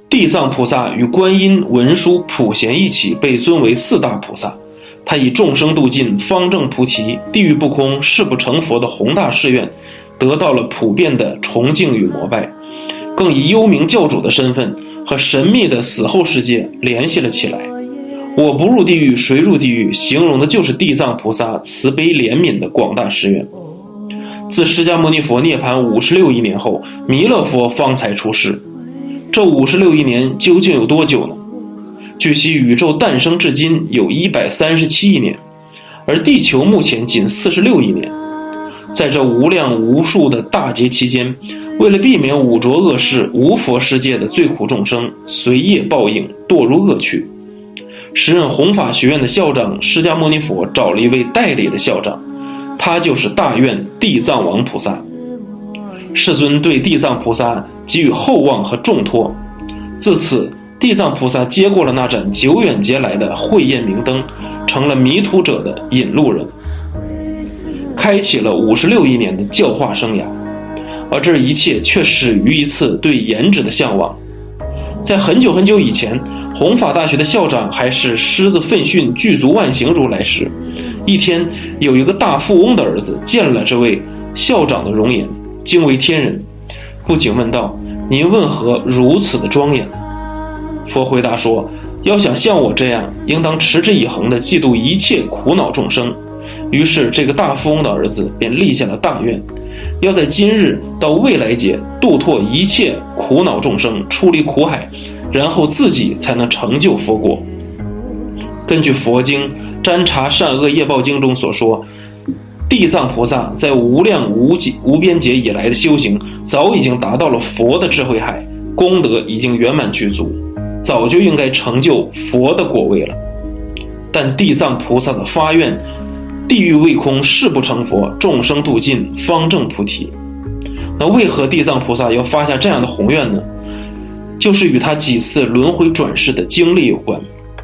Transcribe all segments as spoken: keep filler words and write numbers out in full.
地藏菩萨与观音、文殊、普贤一起被尊为四大菩萨，他以众生度尽、方正菩提、地狱不空、誓不成佛的宏大誓愿，得到了普遍的崇敬与膜拜，更以幽冥教主的身份和神秘的死后世界联系了起来。我不入地狱，谁入地狱？形容的就是地藏菩萨慈悲怜悯的广大誓愿。自释迦牟尼佛涅槃五十六亿年后，弥勒佛方才出世。这五十六亿年究竟有多久呢？据悉，宇宙诞生至今有一百三十七亿年，而地球目前仅四十六亿年。在这无量无数的大劫期间，为了避免五浊恶世、无佛世界的罪苦众生随业报应堕入恶趣，时任弘法学院的校长释迦牟尼佛找了一位代理的校长，他就是大愿地藏王菩萨。世尊对地藏菩萨给予厚望和重托，自此地藏菩萨接过了那盏久远劫来的慧焰明灯，成了迷途者的引路人，开启了五十六亿年的教化生涯。而这一切却始于一次对颜值的向往。在很久很久以前，弘法大学的校长还是狮子奋训具足万行如来时，一天有一个大富翁的儿子见了这位校长的容颜，惊为天人，不仅问道：您为何如此的庄严呢？佛回答说：要想像我这样，应当持之以恒地嫉妒一切苦恼众生。于是这个大富翁的儿子便立下了大愿，要在今日到未来劫度脱一切苦恼众生，出离苦海，然后自己才能成就佛果。根据佛经《占察善恶业报经》中所说，地藏菩萨在无量无际无边劫以来的修行，早已经达到了佛的智慧海，功德已经圆满具足，早就应该成就佛的果位了。但地藏菩萨的发愿，地狱未空，誓不成佛，众生度尽，方正菩提。那为何地藏菩萨要发下这样的宏愿呢？就是与他几次轮回转世的经历有关。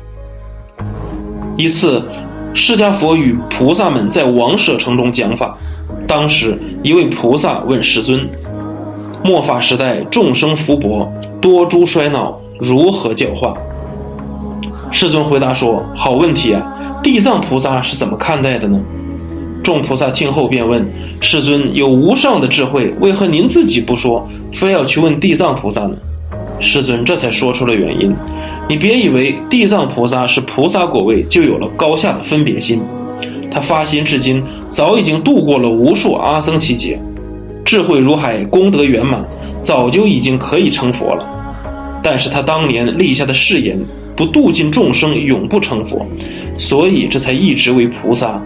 一次，释迦佛与菩萨们在王舍城中讲法，当时一位菩萨问世尊：末法时代众生福薄，多诸衰恼，如何教化？世尊回答说：好问题啊，地藏菩萨是怎么看待的呢？众菩萨听后便问：世尊有无上的智慧，为何您自己不说，非要去问地藏菩萨呢？世尊这才说出了原因：你别以为地藏菩萨是菩萨果位就有了高下的分别心，他发心至今早已经度过了无数阿僧祇劫，智慧如海，功德圆满，早就已经可以成佛了。但是他当年立下的誓言，不度尽众生永不成佛，所以这才一直为菩萨。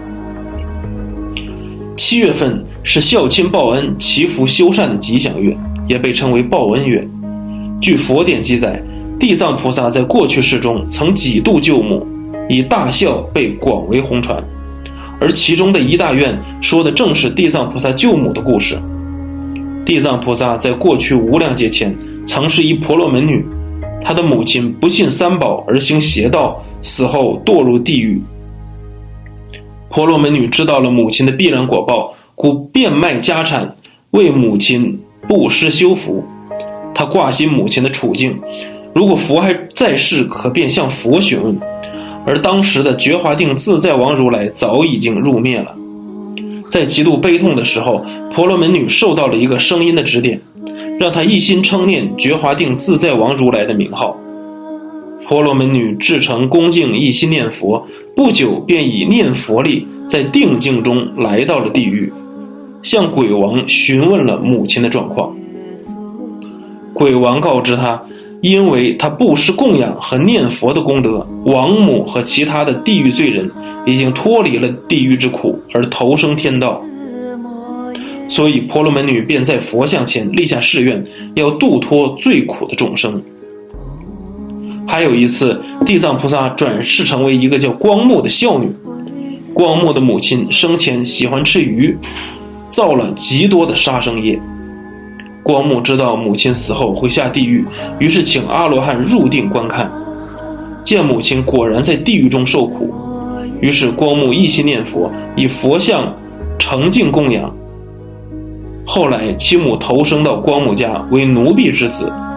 七月份是孝亲报恩、祈福修善的吉祥月，也被称为报恩月。据佛典记载，地藏菩萨在过去世中曾几度救母，以大孝被广为红传，而其中的一大愿说的正是地藏菩萨救母的故事。地藏菩萨在过去无量劫前曾是一婆罗门女，她的母亲不信三宝而行邪道，死后堕入地狱。婆罗门女知道了母亲的必然果报，故变卖家产为母亲布施修福。她挂心母亲的处境，如果佛还在世，可便向佛询问。而当时的觉华定自在王如来早已经入灭了。在极度悲痛的时候，婆罗门女受到了一个声音的指点，让她一心称念觉华定自在王如来的名号。婆罗门女至诚恭敬，一心念佛，不久便以念佛力在定境中来到了地狱，向鬼王询问了母亲的状况。鬼王告知他，因为他布施供养和念佛的功德，王母和其他的地狱罪人已经脱离了地狱之苦而投生天道，所以婆罗门女便在佛像前立下誓愿，要度脱最苦的众生。还有一次，地藏菩萨转世成为一个叫光目的孝女。光目的母亲生前喜欢吃鱼，造了极多的杀生业。光目知道母亲死后会下地狱，于是请阿罗汉入定观看，见母亲果然在地狱中受苦，于是光目一心念佛，以佛像诚敬供养。后来其母投生到光目家为奴婢之子，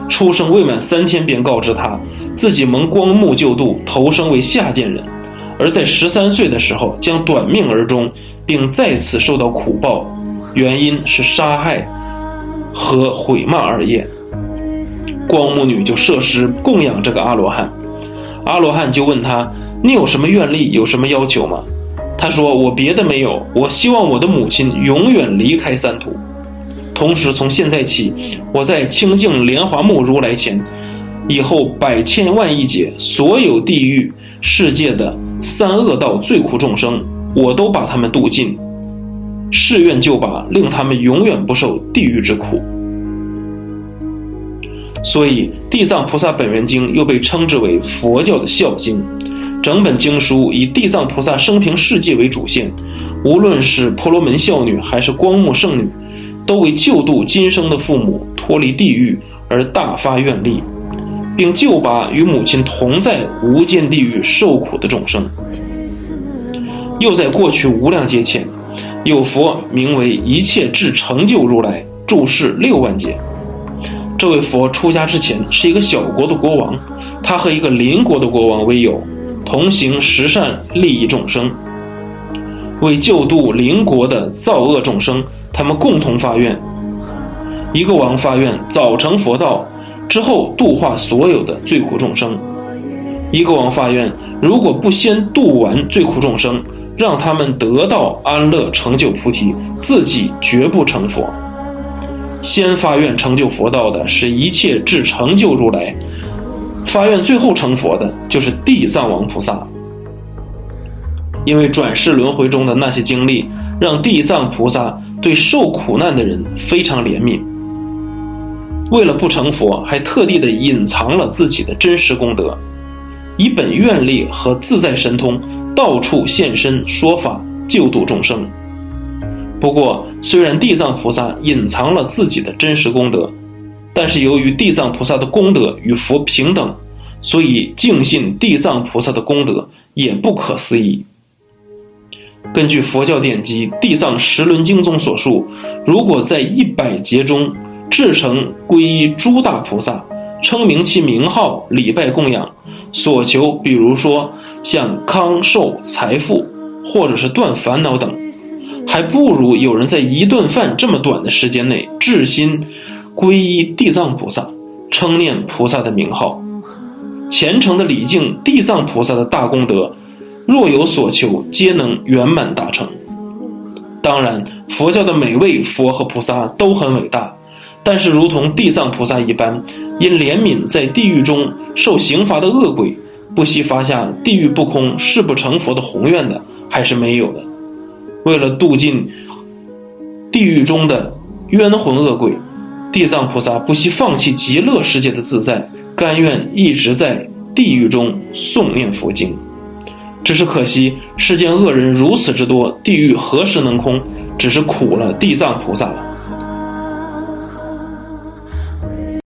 出生未满三天便告知他自己蒙光目救度，投生为下贱人，而在十三岁的时候将短命而终，并再次受到苦报，原因是杀害和毁骂二业。光目女就设施供养这个阿罗汉，阿罗汉就问他，你有什么愿力，有什么要求吗？他说，我别的没有，我希望我的母亲永远离开三途，同时从现在起，我在清净莲华目如来前，以后百千万亿劫所有地狱世界的三恶道最苦众生，我都把他们度尽，誓愿救拔，令他们永远不受地狱之苦。所以地藏菩萨本愿经又被称之为佛教的孝经。整本经书以地藏菩萨生平事迹为主线，无论是婆罗门孝女还是光目圣女，都为救度今生的父母脱离地狱而大发愿力，并救拔与母亲同在无间地狱受苦的众生。又在过去无量劫前，有佛名为一切智成就如来，住世六万劫。这位佛出家之前是一个小国的国王，他和一个邻国的国王为友，同行十善，利益众生。为救度邻国的造恶众生，他们共同发愿。一个王发愿早成佛道，之后度化所有的最苦众生；一个王发愿，如果不先度完最苦众生，让他们得到安乐成就菩提，自己绝不成佛。先发愿成就佛道的是一切智成就如来，发愿最后成佛的就是地藏王菩萨。因为转世轮回中的那些经历，让地藏菩萨对受苦难的人非常怜悯，为了不成佛，还特地的隐藏了自己的真实功德，以本愿力和自在神通到处现身说法，救度众生。不过虽然地藏菩萨隐藏了自己的真实功德，但是由于地藏菩萨的功德与佛平等，所以敬信地藏菩萨的功德也不可思议。根据佛教典籍《地藏十轮经》中所述，如果在一百劫中至诚皈依诸大菩萨，称名其名号，礼拜供养，所求比如说像康寿财富或者是断烦恼等，还不如有人在一顿饭这么短的时间内至心皈依地藏菩萨，称念菩萨的名号，虔诚的礼敬地藏菩萨的大功德，若有所求皆能圆满达成。当然佛教的每位佛和菩萨都很伟大，但是如同地藏菩萨一般，因怜悯在地狱中受刑罚的恶鬼，不惜发下地狱不空誓不成佛的宏愿的还是没有的。为了度尽地狱中的冤魂恶鬼，地藏菩萨不惜放弃极乐世界的自在，甘愿一直在地狱中诵念佛经。只是可惜世间恶人如此之多，地狱何时能空，只是苦了地藏菩萨了。